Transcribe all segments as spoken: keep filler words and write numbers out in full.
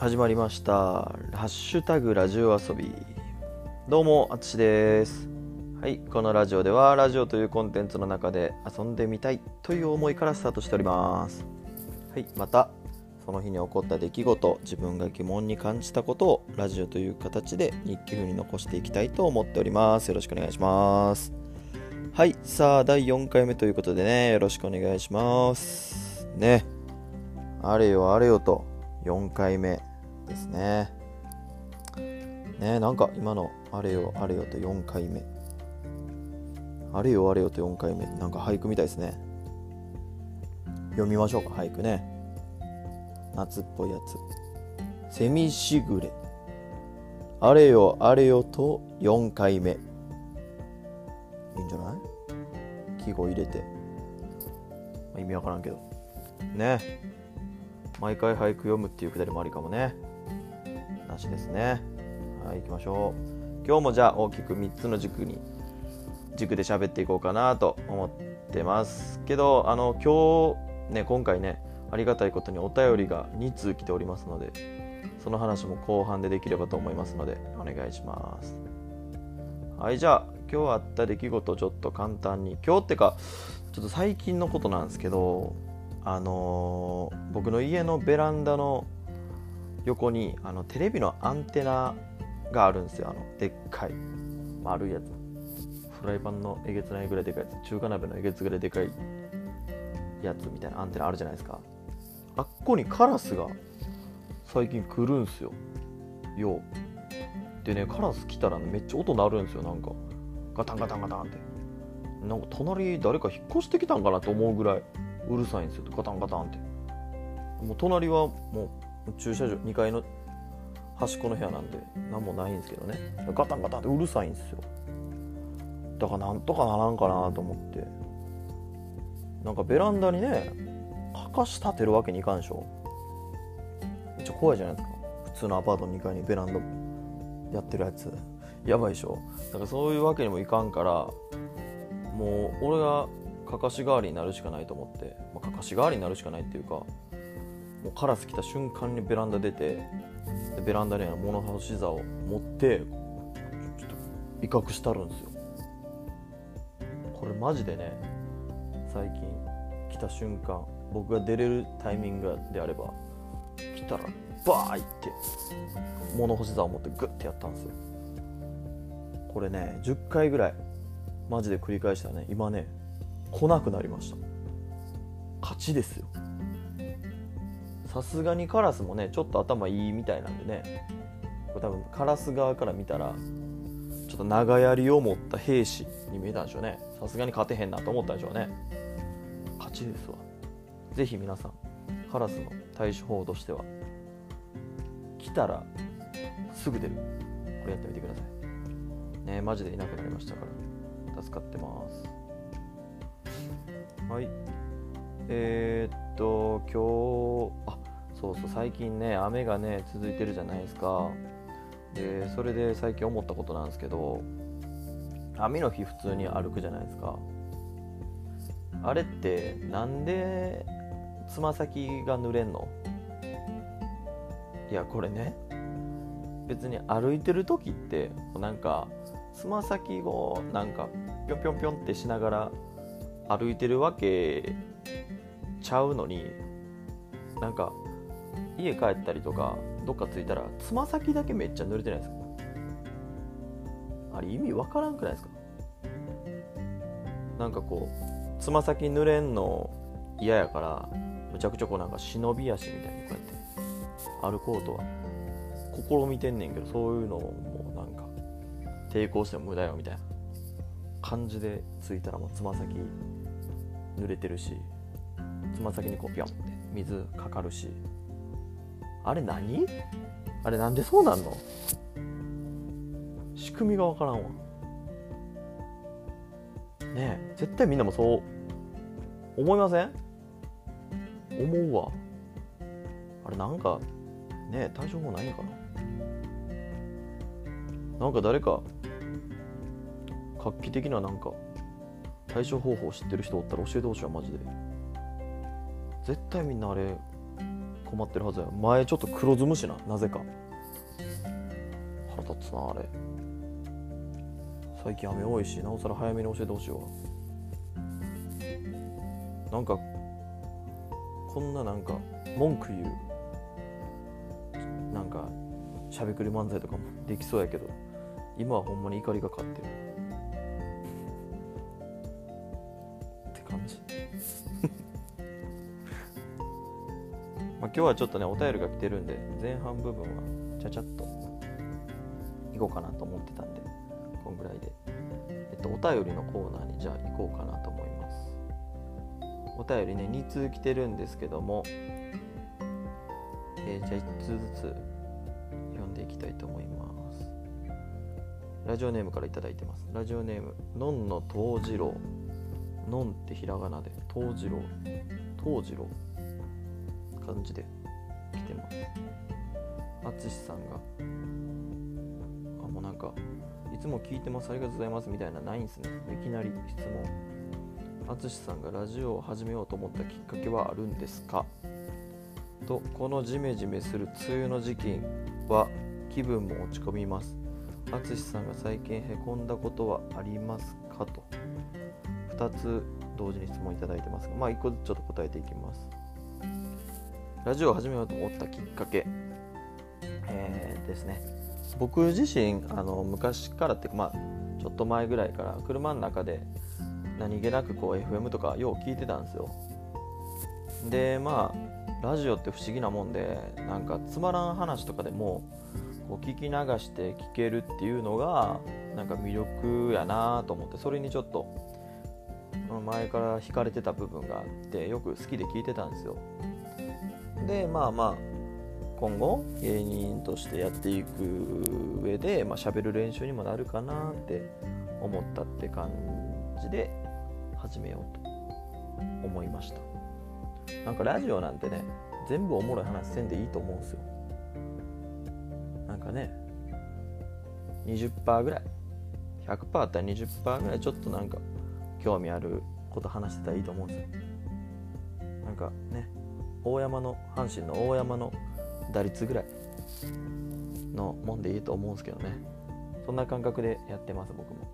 始まりました。ハッシュタグラジオ遊び。どうも、あつしです。はい、このラジオではラジオというコンテンツの中で遊んでみたいという思いからスタートしております。はい、またその日に起こった出来事、自分が疑問に感じたことをラジオという形で日記風に残していきたいと思っております。よろしくお願いします。はい、さあだいよんかいめということでね、よろしくお願いしますね。あれよあれよとよんかいめですね。ね、なんか今のあれよあれよとよんかいめ、あれよあれよとよんかいめ、なんか俳句みたいですね。読みましょうか、俳句ね。夏っぽいやつ。セミしぐれ、あれよあれよとよんかいめ。いいんじゃない？季語入れて、まあ、意味わからんけどね。毎回俳句読むっていうくだりもありかもね。なしですね。はい、行きましょう。今日もじゃあ大きくみっつの軸に軸で喋っていこうかなと思ってますけど、あの今日ね今回ねありがたいことにお便りがに通来ておりますので、その話も後半でできればと思いますのでお願いします。はい、じゃあ今日あった出来事をちょっと簡単に、今日ってかちょっと最近のことなんですけど、あのー、僕の家のベランダの横にあのテレビのアンテナがあるんですよ。あのでっかい丸いやつ、フライパンのえげつないぐらいでかいやつ、中華鍋のえげつぐらいでかいやつみたいなアンテナあるじゃないですか。あっこにカラスが最近来るんすよ。ようでね、カラス来たら、ね、めっちゃ音鳴るんですよ。なんかガタンガタンガタンって、なんか隣誰か引っ越してきたんかなと思うぐらいうるさいんですよ。ガタンガタンって。もう隣はもう駐車場にかいの端っこの部屋なんで何もないんですけどね、ガタンガタンってうるさいんですよ。だからなんとかならんかなと思って、なんかベランダにねかかし立てるわけにいかんでしょ。めっちゃ怖いじゃないですか。普通のアパートのにかいにベランダやってるやつやばいでしょ。だからそういうわけにもいかんから、もう俺がかかし代わりになるしかないと思って、まあ、かかし代わりになるしかないっていうか、もうカラス来た瞬間にベランダ出て、でベランダには物干し竿を持ってちょっと威嚇したるんですよ。これマジでね、最近来た瞬間、僕が出れるタイミングであれば来たらバーイって物干し竿を持ってグッてやったんですよ。これねじゅっかいぐらいマジで繰り返したらね、今ね来なくなりました。勝ちですよ。さすがにカラスもねちょっと頭いいみたいなんでね、これ多分カラス側から見たらちょっと長槍を持った兵士に見えたんでしょうね。さすがに勝てへんなと思ったんでしょうね。勝ちですわ。ぜひ皆さんカラスの対処法としては、来たらすぐ出る、これやってみてくださいね。マジでいなくなりましたから助かってます。はい、えー、っと今日あそうそう最近ね雨がね続いてるじゃないですか。でそれで最近思ったことなんですけど、雨の日普通に歩くじゃないですか。あれってなんでつま先が濡れんの？いやこれね、別に歩いてる時ってなんかつま先をなんかぴょんぴょんぴょんってしながら歩いてるわけちゃうのに、なんか家帰ったりとかどっか着いたらつま先だけめっちゃ濡れてないですか？あれ意味わからんくないですか？なんかこうつま先濡れんの嫌やからむちゃくちゃこうなんか忍び足みたいにこうやって歩こうとは試みてんねんけど、そういうのもなんか抵抗しても無駄よみたいな感じで着いたらもうつま先濡れてるし、つま先にこうピョンって水かかるし、あれ何？あれなんでそうなんの？仕組みがわからんわねえ。絶対みんなもそう思いません？思うわ。あれなんかねえ対処法ないんかな。なんか誰か画期的ななんか対処方法知ってる人おったら教えてほしいわマジで。絶対みんなあれ止まってるはずや。前ちょっと黒ずむしな、なぜか。腹立つなあれ。最近雨多いし、なおさら早めに教えてほしいわ。なんかこんななんか文句言うなんかしゃべくり漫才とかもできそうやけど、今はほんまに怒りが勝ってるって感じまあ今日はちょっとねお便りが来てるんで、前半部分はちゃちゃっといこうかなと思ってたんで、こんぐらいで、えっと、お便りのコーナーにじゃあ行こうかなと思います。お便りねに通来てるんですけども、えー、じゃあいっつうずつ読んでいきたいと思います。ラジオネームからいただいてます。ラジオネームのんのとうじろう、のんってひらがなでとうじろう、とうじろう感じで来てます。あつしさんがあもうなんかいつも聞いてますありがとうございますみたいなないんですね。いきなり質問。あつしさんがラジオを始めようと思ったきっかけはあるんですかと、このジメジメする梅雨の時期は気分も落ち込みます。あつしさんが最近へこんだことはありますかとふたつ同時に質問いただいてますが、まあいっこずつちょっと答えていきます。ラジオを始めようと思ったきっかけ、えー、ですね僕自身あの昔からっていうか、まあちょっと前ぐらいから車の中で何気なくこう エフエム とかよう聞いてたんですよ。でまあラジオって不思議なもんで、なんかつまらん話とかでもこう聞き流して聞けるっていうのがなんか魅力やなと思って、それにちょっと前から惹かれてた部分があってよく好きで聞いてたんですよ。でまあまあ今後芸人としてやっていく上でまあ喋る練習にもなるかなって思ったって感じで始めようと思いました。なんかラジオなんてね全部おもろい話せんでいいと思うんですよ。なんかね にじゅっパーセント ぐらい ひゃくパーセント あったら にじゅっパーセント ぐらいちょっとなんか興味あること話してたらいいと思うんですよ。なんかね大山の阪神の大山の打率ぐらいのもんでいいと思うんですけどね。そんな感覚でやってます僕も。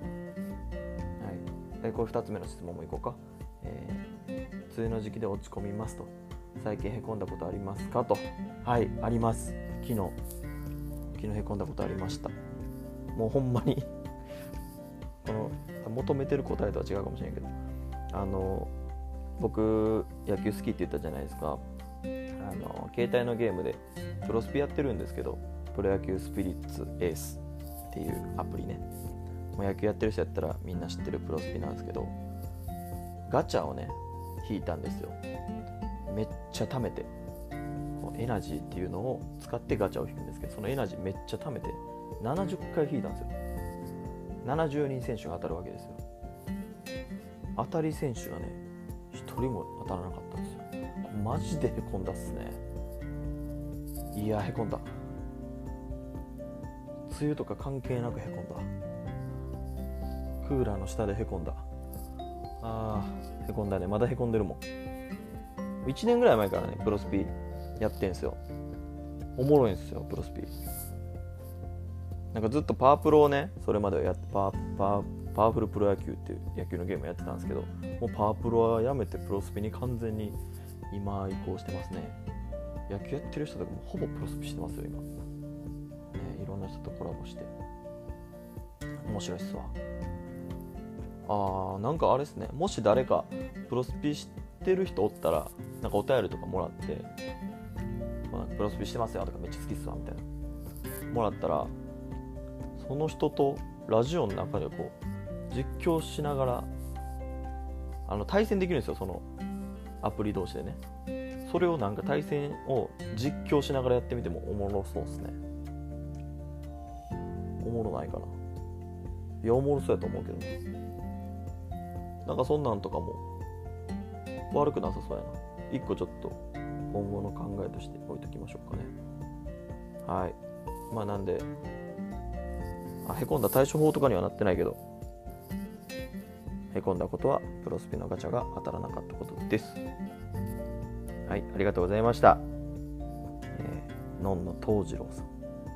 はい、これふたつめの質問もいこうか。えー、梅雨の時期で落ち込みますと、最近へこんだことありますかと。はい、あります。昨日昨日へこんだことありました。もうほんまにこの求めてる答えとは違うかもしれんけど、あの僕野球好きって言ったじゃないですか。あの携帯のゲームでプロスピやってるんですけど、プロ野球スピリッツエースっていうアプリね、もう野球やってる人やったらみんな知ってるプロスピなんですけど、ガチャをね引いたんですよ。めっちゃ貯めて、エナジーっていうのを使ってガチャを引くんですけど、そのエナジーめっちゃ貯めてななじゅっかい引いたんですよ。ななじゅうにん選手が当たるわけですよ。当たり選手がねひとりも当たらなかったんですよ。マジでへこんだっすね。いやへこんだ。梅雨とか関係なくへこんだ。クーラーの下でへこんだ。あーへこんだね。まだへこんでるもん。いちねんぐらい前からねプロスピやってんすよ。おもろいんすよプロスピ。なんかずっとパワープロをねそれまではやってパワー、パワー、パワフルプロ野球っていう野球のゲームやってたんですけど、もうパワープロはやめてプロスピに完全に今移行してますね。野球やってる人とかもほぼプロスピしてますよ今、ね、いろんな人とコラボして面白いっすわ。あーなんかあれっすね、もし誰かプロスピしてる人おったらなんかお便りとかもらって、まあ、プロスピしてますよとかめっちゃ好きっすわみたいなもらったら、その人とラジオの中でこう実況しながらあの対戦できるんですよ、そのアプリ同士でね。それをなんか対戦を実況しながらやってみてもおもろそうですね。おもろないかな。いやおもろそうやと思うけどな。なんかそんなんとかも悪くなさそうやな。一個ちょっと今後の考えとして置いときましょうかね。はい。まあなんであへこんだ対処法とかにはなってないけど、へこんだことはプロスピのガチャが当たらなかったことです。はい、ありがとうございました。 のんの東次郎さん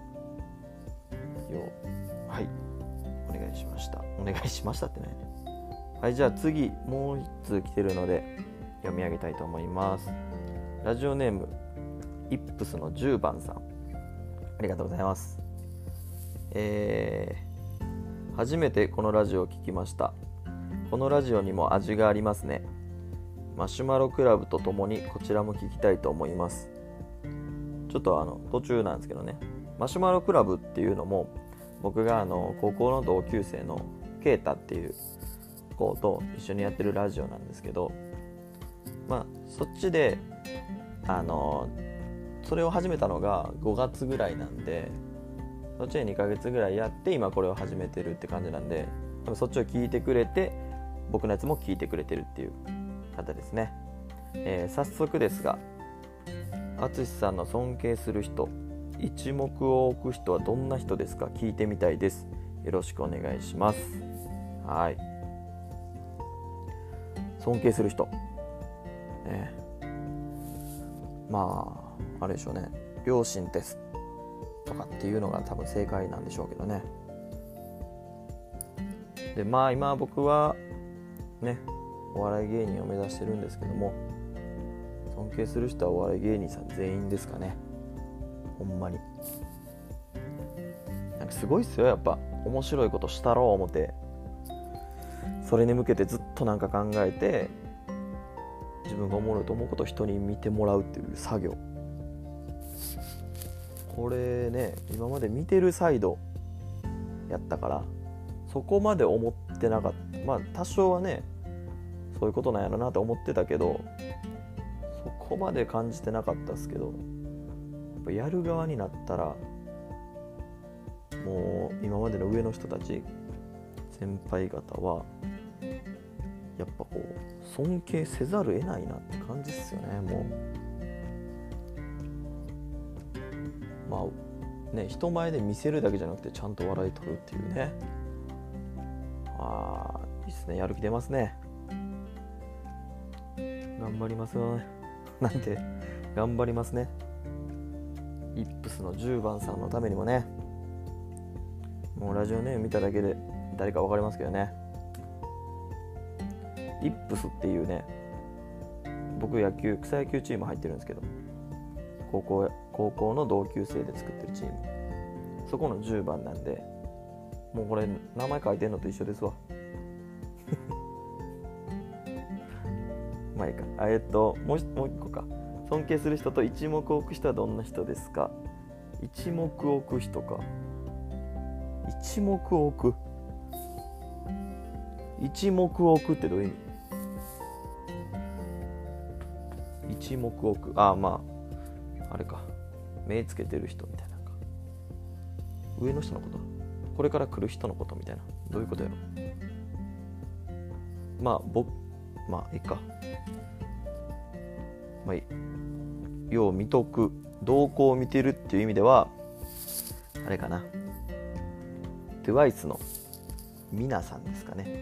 ようはいお願いしましたお願いしましたってね。はい、じゃあ次もう一通来てるので読み上げたいと思います。ラジオネームイップスのじゅうばんさん、ありがとうございます。えー、初めてこのラジオを聞きました。このラジオにも味がありますね。マシュマロクラブとともにこちらも聞きたいと思います。ちょっとあの途中なんですけどね、マシュマロクラブっていうのも僕があの高校の同級生のケイタっていう子と一緒にやってるラジオなんですけど、まあそっちであのそれを始めたのがごがつぐらいなんで、そっちでにかげつぐらいやって今これを始めてるって感じなんで、多分そっちを聞いてくれて僕のやつも聞いてくれてるっていう方ですね。えー、早速ですが、淳さんの尊敬する人、一目を置く人はどんな人ですか？聞いてみたいです。よろしくお願いします。はい。尊敬する人、ね、まああれでしょうね、両親ですとかっていうのが多分正解なんでしょうけどね。でまあ今僕はねお笑い芸人を目指してるんですけども、尊敬する人はお笑い芸人さん全員ですかね。ほんまになんかすごいっすよ、やっぱ面白いことしたろう思って、それに向けてずっとなんか考えて、自分がおもろいと思うことを人に見てもらうっていう作業、これね今まで見てるサイドやったからそこまで思ってなかった。まあ多少はねそういうことなんやろなと思ってたけど、そこまで感じてなかったですけど、やっぱやる側になったらもう今までの上の人たち先輩方はやっぱこう尊敬せざるを得ないなって感じっすよね。もうまあね、人前で見せるだけじゃなくてちゃんと笑い取るっていうね、あーいいっすね、やる気出ますね。頑張りますよねなんて頑張りますね。イップスのじゅうばんさんのためにもね、もうラジオネーム見ただけで誰か分かりますけどね、イップスっていうね、僕野球草野球チーム入ってるんですけど、高校高校の同級生で作ってるチーム、そこのじゅうばんなんで、もうこれ名前書いてんのと一緒ですわまあいいか。えっともうもう一個か。尊敬する人と一目置く人はどんな人ですか？一目置く人か。一目置く一目置くってどういう意味？一目置く、ああまああれか、目つけてる人みたいな、上の人のこと、これから来る人のことみたいな、どういうことやろ。まあ僕まあいいか、まあいい、よう見とく、動向を見てるっていう意味ではあれかな、トゥワイスの皆さんですかね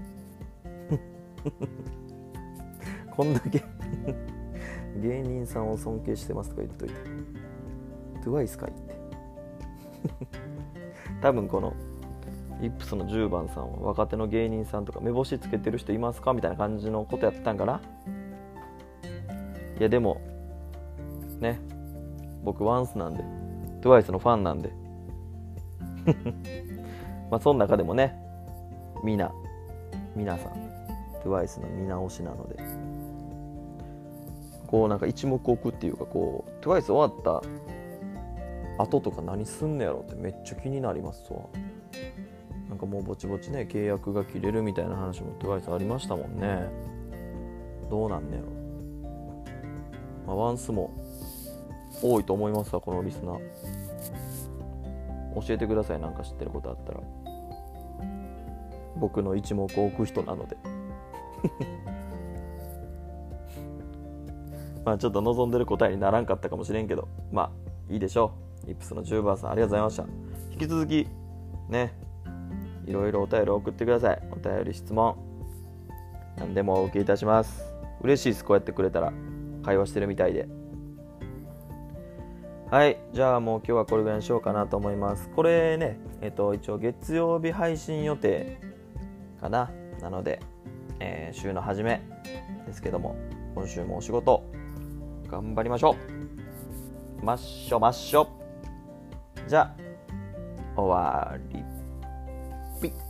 こんだけ芸人さんを尊敬してますとか言っといて、トゥワイスかいって多分このイップスのじゅうばんさんは若手の芸人さんとか目星つけてる人いますかみたいな感じのことやったんかな。いやでもね、僕ワンスなんで、トゥワイスのファンなんでまあその中でもね、みな皆さんトゥワイスの見直しなので、こうなんか一目置くっていうか、こうトゥワイス終わった後とか何すんねやろってめっちゃ気になりますわ。なんかもうぼちぼちね契約が切れるみたいな話もトゥワイスありましたもんね。どうなんねやろ。まあ、ワンスも多いと思いますわ、このリスナー。教えてください、なんか知ってることあったら。僕の一目置く人なのでまあちょっと望んでる答えにならんかったかもしれんけど、まあいいでしょう。イップスのじゅうばんさんありがとうございました。引き続きね、いろいろお便り送ってください。お便り質問何でもお受けいたします。嬉しいです、こうやってくれたら。会話してるみたいで。 はい、じゃあもう今日はこれぐらいにしようかなと思います。これね、えっと一応月曜日配信予定かな。なので、えー週の初めですけども、今週もお仕事頑張りましょう。まっしょまっしょ。じゃあ終わり。ピッ